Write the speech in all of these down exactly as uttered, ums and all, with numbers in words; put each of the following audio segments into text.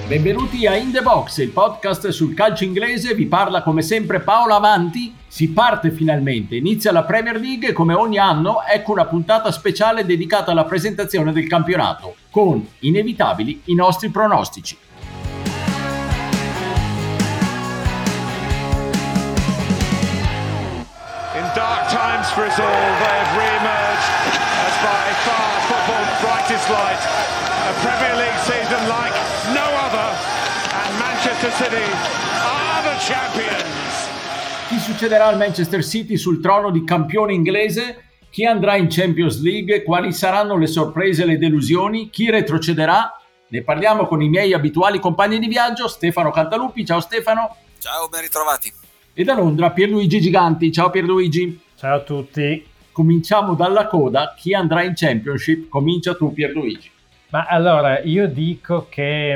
Benvenuti a In The Box, il podcast sul calcio inglese. Vi parla come sempre Paolo Avanti. Si parte finalmente, inizia la Premier League e come ogni anno ecco una puntata speciale dedicata alla presentazione del campionato, con inevitabili i nostri pronostici. In dark times for us all, they have re-emerged as by far football's brightest light. A Premier League season like no other, and Manchester City are the champions. Chi succederà al Manchester City sul trono di campione inglese? Chi andrà in Champions League? Quali saranno le sorprese e le delusioni? Chi retrocederà? Ne parliamo con i miei abituali compagni di viaggio, Stefano Cantalupi. Ciao Stefano. Ciao, ben ritrovati. E da Londra Pierluigi Giganti. Ciao Pierluigi. Ciao a tutti. Cominciamo dalla coda. Chi andrà in Championship? Comincia tu, Pierluigi. Ma allora, io dico che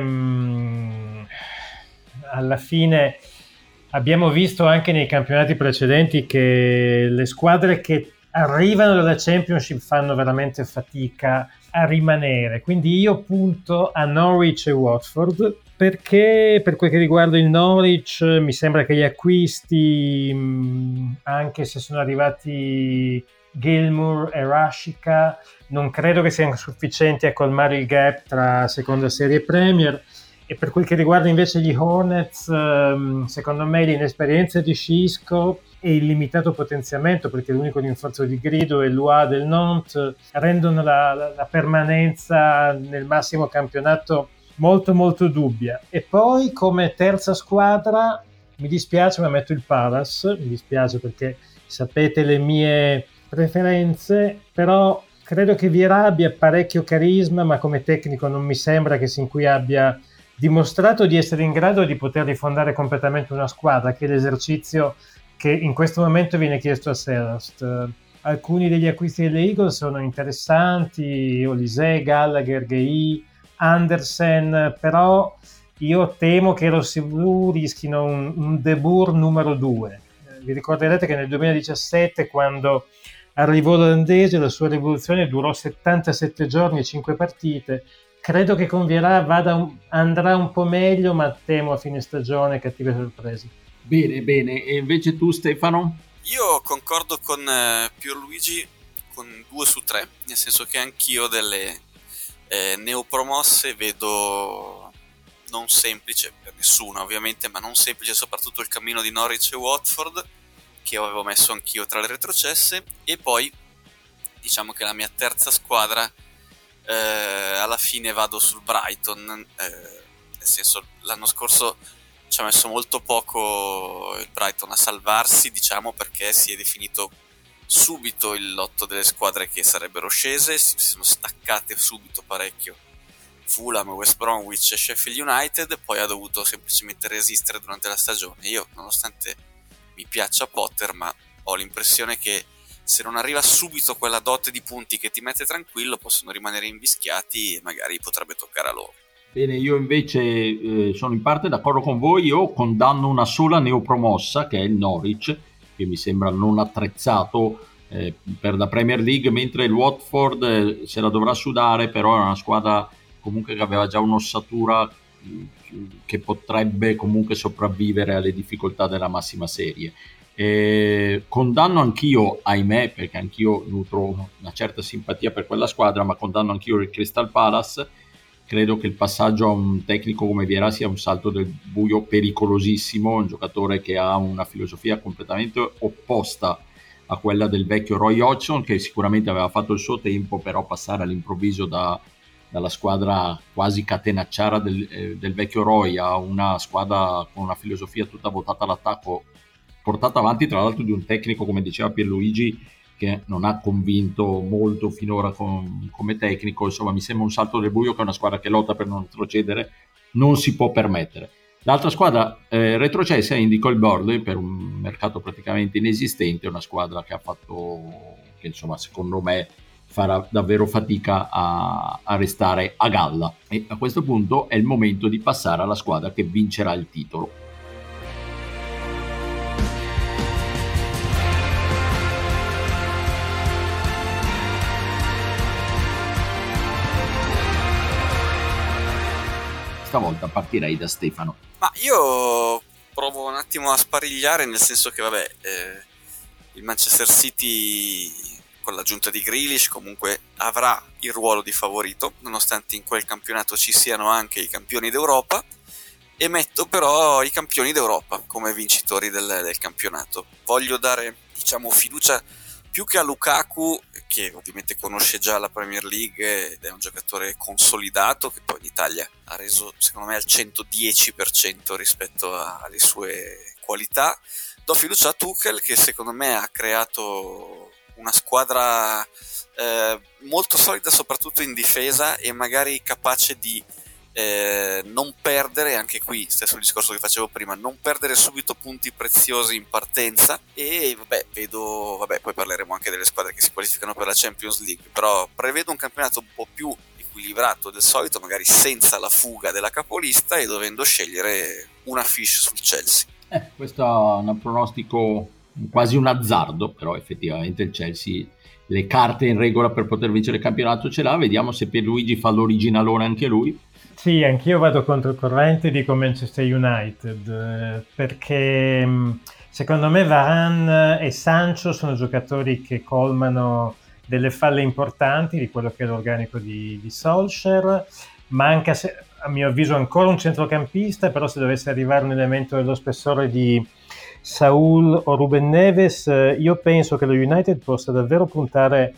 mh, alla fine abbiamo visto anche nei campionati precedenti che le squadre che arrivano dalla Championship fanno veramente fatica a rimanere. Quindi io punto a Norwich e Watford, perché per quel che riguarda il Norwich mi sembra che gli acquisti, mh, anche se sono arrivati Gilmour e Rashica, non credo che siano sufficienti a colmare il gap tra seconda serie e Premier. E per quel che riguarda invece gli Hornets, ehm, secondo me l'inesperienza di Xisco e il limitato potenziamento, perché l'unico rinforzo di grido è l'U A del Nantes, rendono la, la, la permanenza nel massimo campionato molto molto dubbia. E poi come terza squadra mi dispiace, ma metto il Palace. Mi dispiace perché sapete le mie preferenze, però credo che Vieira abbia parecchio carisma, ma come tecnico non mi sembra che sin qui abbia dimostrato di essere in grado di poter rifondare completamente una squadra, che è l'esercizio che in questo momento viene chiesto a Selhurst. Alcuni degli acquisti delle Eagles sono interessanti, Olise, Gallagher, Gueye, Andersen, però io temo che i rossoblu rischino un, un De Boer numero due. Vi ricorderete che nel duemiladiciassette, quando arrivò l'olandese, la sua rivoluzione durò settantasette giorni e cinque partite. Credo che con Vieira vada un, andrà un po' meglio, ma temo a fine stagione cattive sorprese. Bene, bene. E invece tu, Stefano? Io concordo con eh, Pierluigi con due su tre, nel senso che anch'io delle eh, neopromosse vedo non semplice per nessuno ovviamente, ma non semplice soprattutto il cammino di Norwich e Watford, che avevo messo anch'io tra le retrocesse. E poi diciamo che la mia terza squadra, eh, alla fine vado sul Brighton, eh, nel senso l'anno scorso ci ha messo molto poco il Brighton a salvarsi, diciamo, perché si è definito subito il lotto delle squadre che sarebbero scese, si sono staccate subito parecchio Fulham, West Bromwich e Sheffield United, poi ha dovuto semplicemente resistere durante la stagione. Io, nonostante mi piaccia Potter, ma ho l'impressione che se non arriva subito quella dote di punti che ti mette tranquillo, possono rimanere invischiati e magari potrebbe toccare a loro. Bene, io invece eh, sono in parte d'accordo con voi. Io condanno una sola neopromossa, che è il Norwich, che mi sembra non attrezzato eh, per la Premier League, mentre il Watford eh, se la dovrà sudare, però è una squadra comunque che aveva già un'ossatura che potrebbe comunque sopravvivere alle difficoltà della massima serie. Eh, condanno anch'io, ahimè, perché anch'io nutro una certa simpatia per quella squadra, ma condanno anch'io il Crystal Palace. Credo che il passaggio a un tecnico come Vieira sia un salto del buio pericolosissimo, un giocatore che ha una filosofia completamente opposta a quella del vecchio Roy Hodgson, che sicuramente aveva fatto il suo tempo, però passare all'improvviso da dalla squadra quasi catenacciara del, eh, del vecchio Roy a una squadra con una filosofia tutta votata all'attacco, portata avanti tra l'altro di un tecnico, come diceva Pierluigi, che non ha convinto molto finora con, come tecnico. Insomma, mi sembra un salto del buio che è una squadra che lotta per non retrocedere non si può permettere. L'altra squadra eh, retrocessa è Indico Burnley, per un mercato praticamente inesistente, una squadra che ha fatto, che insomma secondo me farà davvero fatica a, a restare a galla. E a questo punto è il momento di passare alla squadra che vincerà il titolo. stavolta partirei da Stefano. Ma io provo un attimo a sparigliare, nel senso che vabbè, eh, il Manchester City con l'aggiunta di Grealish comunque avrà il ruolo di favorito, nonostante in quel campionato ci siano anche i campioni d'Europa, e metto però i campioni d'Europa come vincitori del, del campionato. Voglio dare, diciamo, fiducia più che a Lukaku, che ovviamente conosce già la Premier League ed è un giocatore consolidato, che poi in Italia ha reso secondo me al centodieci per cento rispetto a, alle sue qualità. Do fiducia a Tuchel, che secondo me ha creato una squadra eh, molto solida soprattutto in difesa e magari capace di Eh, non perdere, anche qui stesso il discorso che facevo prima, non perdere subito punti preziosi in partenza. E vabbè, vedo, vabbè, poi parleremo anche delle squadre che si qualificano per la Champions League, però prevedo un campionato un po' più equilibrato del solito, magari senza la fuga della capolista e dovendo scegliere una fish sul Chelsea. Eh, questo è un pronostico, quasi un azzardo, però effettivamente il Chelsea le carte in regola per poter vincere il campionato ce l'ha. Vediamo se Pierluigi fa l'originalone anche lui. Sì, anch'io vado controcorrente e dico Manchester United, eh, perché mh, secondo me Varane e Sancho sono giocatori che colmano delle falle importanti di quello che è l'organico di, di Solskjaer. Manca, se, a mio avviso, ancora un centrocampista, però se dovesse arrivare un elemento dello spessore di Saul o Ruben Neves, eh, io penso che lo United possa davvero puntare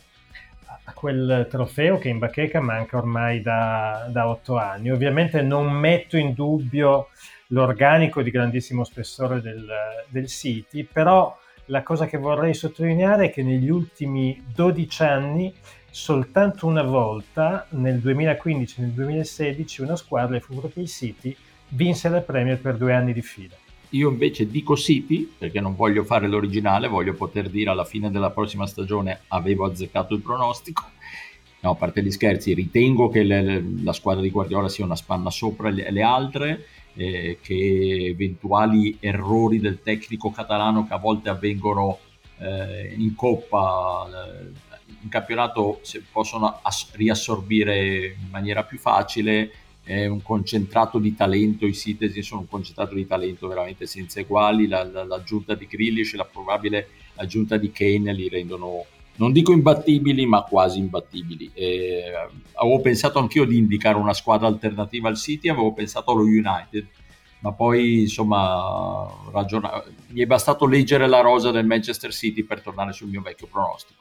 a quel trofeo che in bacheca manca ormai da, da otto anni. Ovviamente non metto in dubbio l'organico di grandissimo spessore del, del City, però la cosa che vorrei sottolineare è che negli ultimi dodici anni soltanto una volta, nel duemilaquindici e nel duemilasedici, una squadra, e fu proprio il City, vinse la Premier per due anni di fila. Io invece dico City, perché non voglio fare l'originale, voglio poter dire alla fine della prossima stagione avevo azzeccato il pronostico. No, a parte gli scherzi, ritengo che le, la squadra di Guardiola sia una spanna sopra le, le altre, eh, che eventuali errori del tecnico catalano che a volte avvengono eh, in Coppa, eh, in campionato, se possono ass- riassorbire in maniera più facile. È un concentrato di talento, i Citizens sono un concentrato di talento veramente senza eguali. La, la, l'aggiunta di Grealish e la probabile aggiunta di Kane li rendono, non dico imbattibili, ma quasi imbattibili. E, avevo pensato anch'io di indicare una squadra alternativa al City, avevo pensato allo United, ma poi insomma ragiona- mi è bastato leggere la rosa del Manchester City per tornare sul mio vecchio pronostico.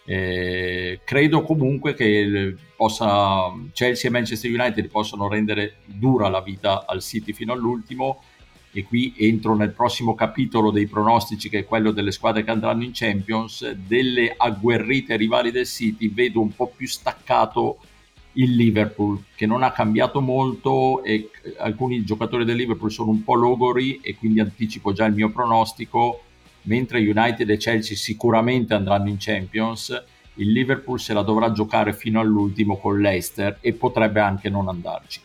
Eh, credo comunque che possa, Chelsea e Manchester United possano rendere dura la vita al City fino all'ultimo, e qui entro nel prossimo capitolo dei pronostici, che è quello delle squadre che andranno in Champions. Delle agguerrite rivali del City vedo un po' più staccato il Liverpool, che non ha cambiato molto e alcuni giocatori del Liverpool sono un po' logori, e quindi anticipo già il mio pronostico. Mentre United e Chelsea sicuramente andranno in Champions, il Liverpool se la dovrà giocare fino all'ultimo con Leicester e potrebbe anche non andarci.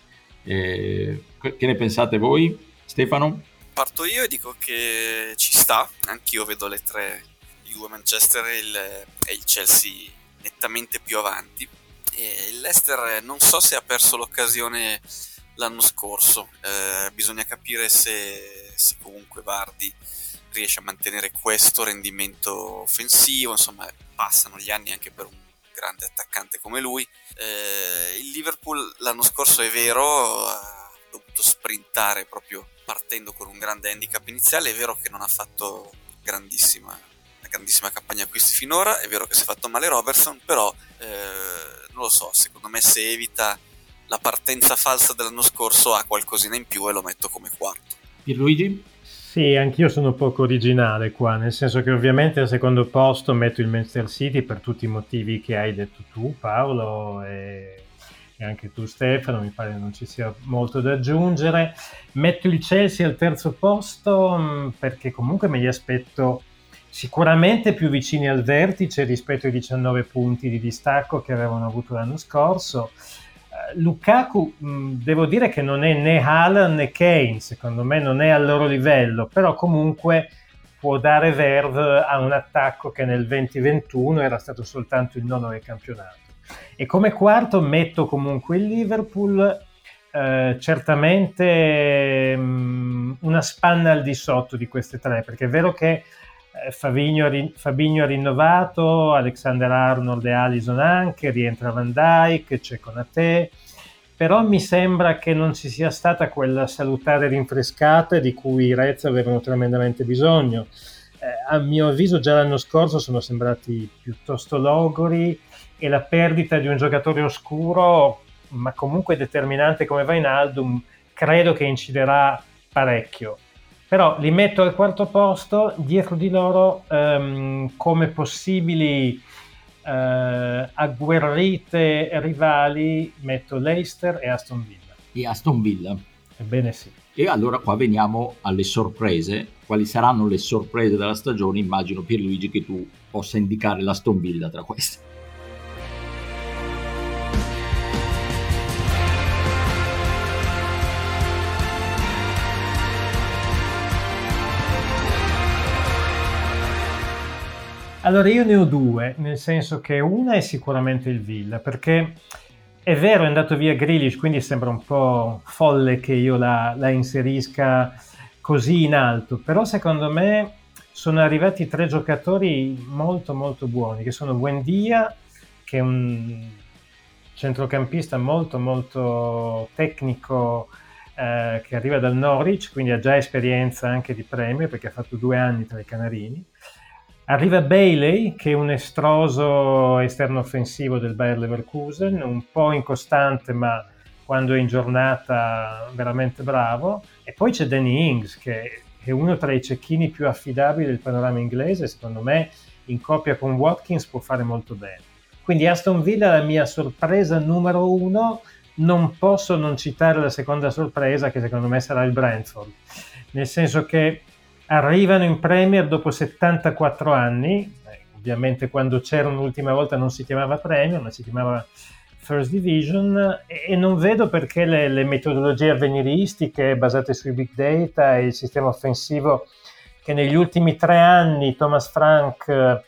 Eh, che ne pensate voi? Stefano? Parto io e dico che ci sta, anch'io vedo le tre, i due Manchester e il, e il Chelsea nettamente più avanti. E il Leicester non so se ha perso l'occasione l'anno scorso, eh, bisogna capire se, se comunque Vardy riesce a mantenere questo rendimento offensivo. Insomma, passano gli anni anche per un grande attaccante come lui. Eh, il Liverpool l'anno scorso, è vero, ha dovuto sprintare proprio partendo con un grande handicap iniziale. È vero che non ha fatto grandissima, una grandissima campagna acquisti finora, è vero che si è fatto male Robertson, però eh, non lo so, secondo me se evita la partenza falsa dell'anno scorso ha qualcosina in più e lo metto come quarto. Pierluigi? Sì, anch'io sono poco originale qua, nel senso che ovviamente al secondo posto metto il Manchester City per tutti i motivi che hai detto tu, Paolo, e, e anche tu, Stefano. Mi pare non ci sia molto da aggiungere. Metto il Chelsea al terzo posto mh, perché comunque me li aspetto sicuramente più vicini al vertice rispetto ai diciannove punti di distacco che avevano avuto l'anno scorso. Lukaku, mh, devo dire che non è né Haaland né Kane, secondo me non è al loro livello, però comunque può dare verve a un attacco che nel venti ventuno era stato soltanto il nono del campionato. E come quarto metto comunque il Liverpool, eh, certamente mh, una spanna al di sotto di queste tre, perché è vero che eh, Fabinho, ri- Fabinho ha rinnovato, Alexander-Arnold e Alisson anche, rientra Van Dijk, c'è Konaté, però mi sembra che non ci sia stata quella salutare rinfrescata di cui i Reds avevano tremendamente bisogno. Eh, a mio avviso già l'anno scorso sono sembrati piuttosto logori, e la perdita di un giocatore oscuro, ma comunque determinante come Wijnaldum, credo che inciderà parecchio. Però li metto al quarto posto, dietro di loro um, come possibili uh, agguerrite rivali metto Leicester e Aston Villa. E Aston Villa. Ebbene sì. E allora qua veniamo alle sorprese. Quali saranno le sorprese della stagione? Immagino, Pierluigi, che tu possa indicare l'Aston Villa tra queste. Allora io ne ho due, nel senso che una è sicuramente il Villa, perché è vero, è andato via Grealish, quindi sembra un po' folle che io la, la inserisca così in alto, però secondo me sono arrivati tre giocatori molto molto buoni, che sono Buendia, che è un centrocampista molto molto tecnico, eh, che arriva dal Norwich, quindi ha già esperienza anche di Premier, perché ha fatto due anni tra i Canarini. Arriva Bailey, che è un estroso esterno offensivo del Bayer Leverkusen, un po' incostante, ma quando è in giornata veramente bravo. E poi c'è Danny Ings, che è uno tra i cecchini più affidabili del panorama inglese. Secondo me in coppia con Watkins può fare molto bene. Quindi Aston Villa è la mia sorpresa numero uno. Non posso non citare la seconda sorpresa, che secondo me sarà il Brentford, nel senso che arrivano in Premier dopo settantaquattro anni, eh, ovviamente quando c'erano l'ultima volta non si chiamava Premier, ma si chiamava First Division, e, e non vedo perché le, le metodologie avveniristiche basate sui big data e il sistema offensivo che negli ultimi tre anni Thomas Frank eh,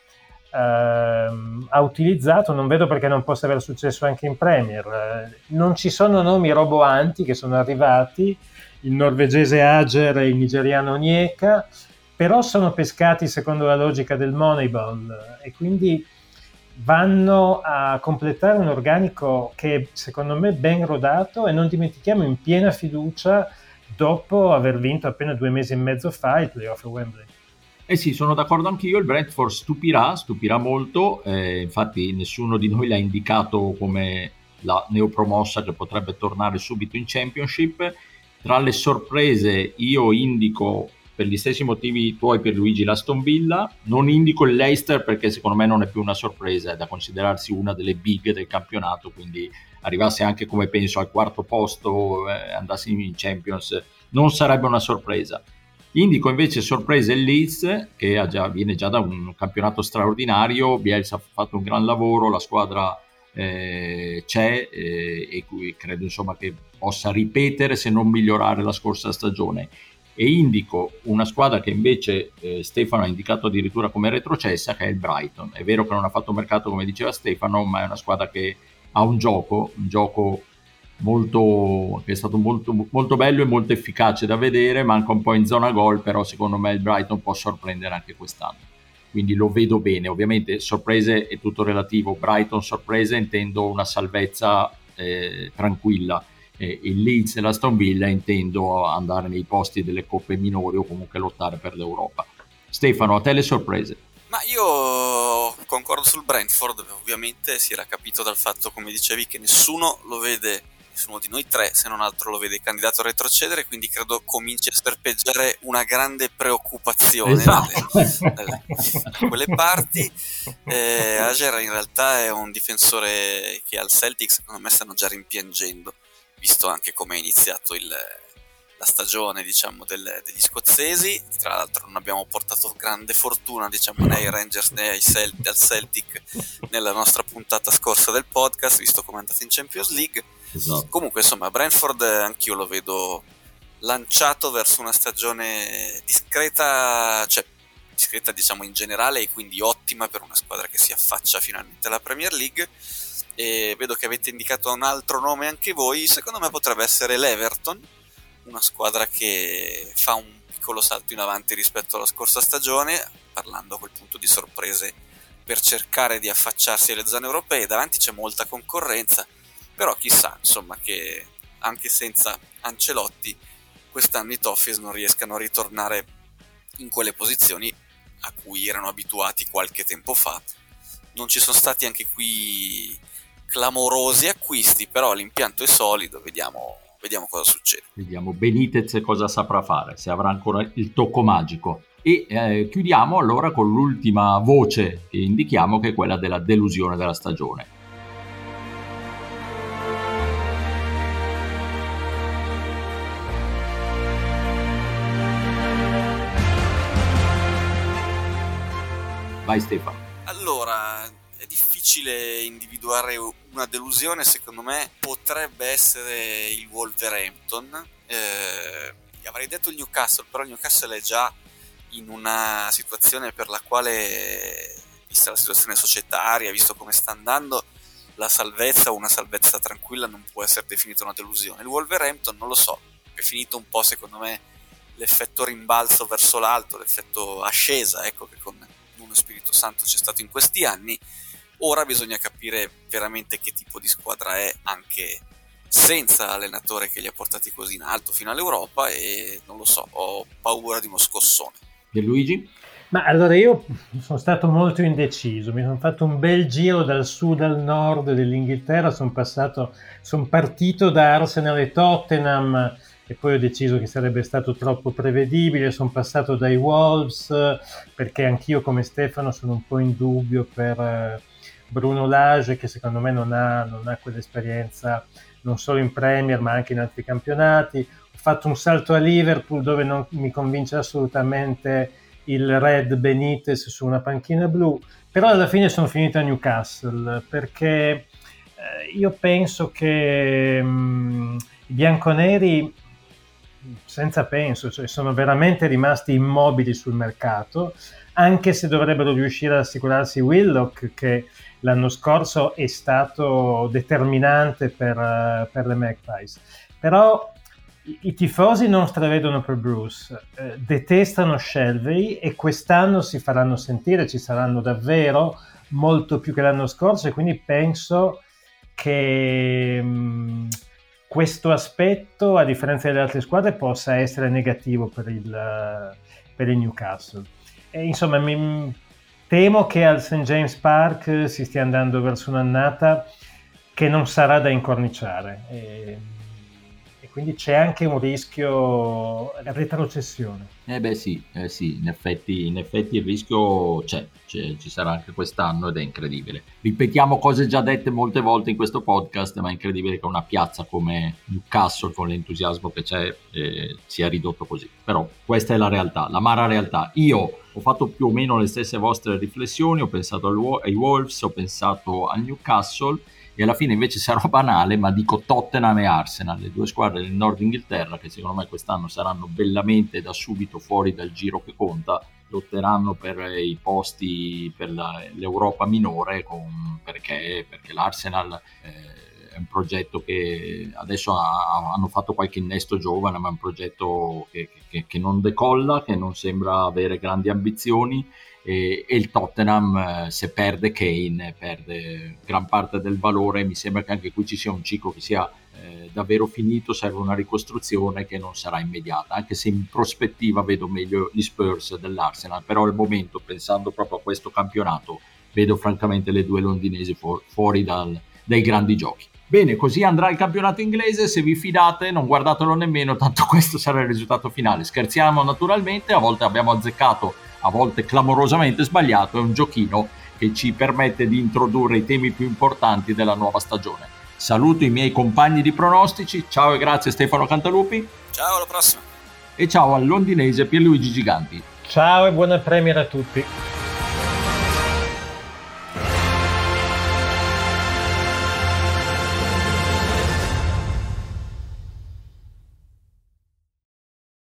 ha utilizzato, non vedo perché non possa aver successo anche in Premier. Eh, non ci sono nomi roboanti che sono arrivati, il norvegese Ager e il nigeriano Onyeka, però sono pescati secondo la logica del Moneyball e quindi vanno a completare un organico che secondo me è ben rodato, e non dimentichiamo in piena fiducia dopo aver vinto appena due mesi e mezzo fa il playoff a Wembley. Eh sì, sono d'accordo anch'io, il Brentford stupirà, stupirà molto, eh, infatti nessuno di noi l'ha indicato come la neopromossa che potrebbe tornare subito in Championship. Tra le sorprese io indico, per gli stessi motivi tuoi Pierluigi, l'Aston Villa, non indico il Leicester perché secondo me non è più una sorpresa, è da considerarsi una delle big del campionato, quindi arrivasse anche, come penso, al quarto posto, eh, andasse in Champions, non sarebbe una sorpresa. Indico invece sorpresa il Leeds, che ha già, viene già da un campionato straordinario, Bielsa ha fatto un gran lavoro, la squadra Eh, c'è eh, e cui credo insomma che possa ripetere se non migliorare la scorsa stagione. E indico una squadra che invece eh, Stefano ha indicato addirittura come retrocessa, che è il Brighton. È vero che non ha fatto mercato come diceva Stefano, ma è una squadra che ha un gioco un gioco molto che è stato molto, molto bello e molto efficace da vedere, manca un po' in zona gol, però secondo me il Brighton può sorprendere anche quest'anno, quindi lo vedo bene. Ovviamente sorprese è tutto relativo, Brighton sorprese intendo una salvezza eh, tranquilla, eh, il Leeds e l'Aston Villa intendo andare nei posti delle coppe minori o comunque lottare per l'Europa. Stefano, a te le sorprese? Ma io concordo sul Brentford, ovviamente si era capito dal fatto, come dicevi, che nessuno lo vede, nessuno di noi tre se non altro lo vede candidato a retrocedere, quindi credo cominci a serpeggiare una grande preoccupazione, esatto, dalle, dalle, da quelle parti. eh, Ager in realtà è un difensore che al Celtic secondo me stanno già rimpiangendo, visto anche come è iniziato il, la stagione, diciamo, del, degli scozzesi. Tra l'altro non abbiamo portato grande fortuna, diciamo, né ai Rangers né ai Celt- al Celtic nella nostra puntata scorsa del podcast, visto come è andato in Champions League. Esatto. Comunque insomma Brentford anch'io lo vedo lanciato verso una stagione discreta, cioè discreta diciamo in generale, e quindi ottima per una squadra che si affaccia finalmente alla Premier League. e vedo che avete indicato un altro nome anche voi. Secondo me potrebbe essere l'Everton, una squadra che fa un piccolo salto in avanti rispetto alla scorsa stagione, parlando a quel punto di sorprese per cercare di affacciarsi alle zone europee. Davanti c'è molta concorrenza, però chissà, insomma, che anche senza Ancelotti quest'anno i Toffees non riescano a ritornare in quelle posizioni a cui erano abituati qualche tempo fa. Non ci sono stati anche qui clamorosi acquisti, però l'impianto è solido, vediamo, vediamo cosa succede. Vediamo Benitez cosa saprà fare, se avrà ancora il tocco magico. E eh, chiudiamo allora con l'ultima voce che indichiamo, che è quella della delusione della stagione. Vai Stefano. Allora, è difficile individuare una delusione. Secondo me potrebbe essere il Wolverhampton. Eh, avrei detto il Newcastle, però il Newcastle è già in una situazione per la quale, vista la situazione societaria, visto come sta andando, la salvezza o una salvezza tranquilla non può essere definita una delusione. Il Wolverhampton non lo so, è finito un po', secondo me, l'effetto rimbalzo verso l'alto, l'effetto ascesa, ecco, che con Nuno Spirito Santo c'è stato in questi anni. Ora bisogna capire veramente che tipo di squadra è, anche senza allenatore che li ha portati così in alto fino all'Europa, e non lo so, ho paura di uno scossone. E Luigi? Ma allora io sono stato molto indeciso, mi sono fatto un bel giro dal sud al nord dell'Inghilterra, sono passato, sono partito da Arsenal e Tottenham e poi ho deciso che sarebbe stato troppo prevedibile, sono passato dai Wolves perché anch'io come Stefano sono un po' in dubbio per Bruno Lage, che secondo me non ha, non ha quell'esperienza non solo in Premier ma anche in altri campionati. Ho fatto un salto a Liverpool dove non mi convince assolutamente il Red Benitez su una panchina blu, però alla fine sono finito a Newcastle perché eh, io penso che mh, i bianconeri, senza penso, cioè sono veramente rimasti immobili sul mercato, anche se dovrebbero riuscire ad assicurarsi Willock, che l'anno scorso è stato determinante per, per le Magpies. Però i, i tifosi non stravedono per Bruce, eh, detestano Shelvey e quest'anno si faranno sentire, ci saranno davvero molto più che l'anno scorso, e quindi penso che mh, questo aspetto, a differenza delle altre squadre, possa essere negativo per il, per il Newcastle. E, insomma, mi, temo che al Saint James Park si stia andando verso un'annata che non sarà da incorniciare. E, e quindi c'è anche un rischio di retrocessione. Eh beh sì, eh sì, in effetti, in effetti il rischio c'è, c'è, ci sarà anche quest'anno ed è incredibile. Ripetiamo cose già dette molte volte in questo podcast, ma è incredibile che una piazza come Newcastle, con l'entusiasmo che c'è, eh, sia ridotto così. Però questa è la realtà, l'amara realtà. Io ho fatto più o meno le stesse vostre riflessioni, ho pensato ai Wolves, ho pensato al Newcastle, e alla fine invece sarò banale, ma dico Tottenham e Arsenal, le due squadre del Nord Inghilterra che secondo me quest'anno saranno bellamente da subito fuori dal giro che conta, lotteranno per i posti per la, l'Europa minore, con, perché, perché l'Arsenal eh, è un progetto che adesso ha, hanno fatto qualche innesto giovane, ma è un progetto che, che, che non decolla, che non sembra avere grandi ambizioni. E, e il Tottenham, eh, se perde Kane, perde gran parte del valore. Mi sembra che anche qui ci sia un ciclo che sia eh, davvero finito, serve una ricostruzione che non sarà immediata, anche se in prospettiva vedo meglio gli Spurs dell'Arsenal, però al momento, pensando proprio a questo campionato, vedo francamente le due londinesi fu- fuori dal, dai grandi giochi. Bene, così andrà il campionato inglese, se vi fidate non guardatelo nemmeno, tanto questo sarà il risultato finale. Scherziamo naturalmente, a volte abbiamo azzeccato, a volte clamorosamente sbagliato, è un giochino che ci permette di introdurre i temi più importanti della nuova stagione. Saluto i miei compagni di pronostici, ciao e grazie Stefano Cantalupi. Ciao, alla prossima. E ciao al londinese Pierluigi Giganti. Ciao e buona Premier a tutti.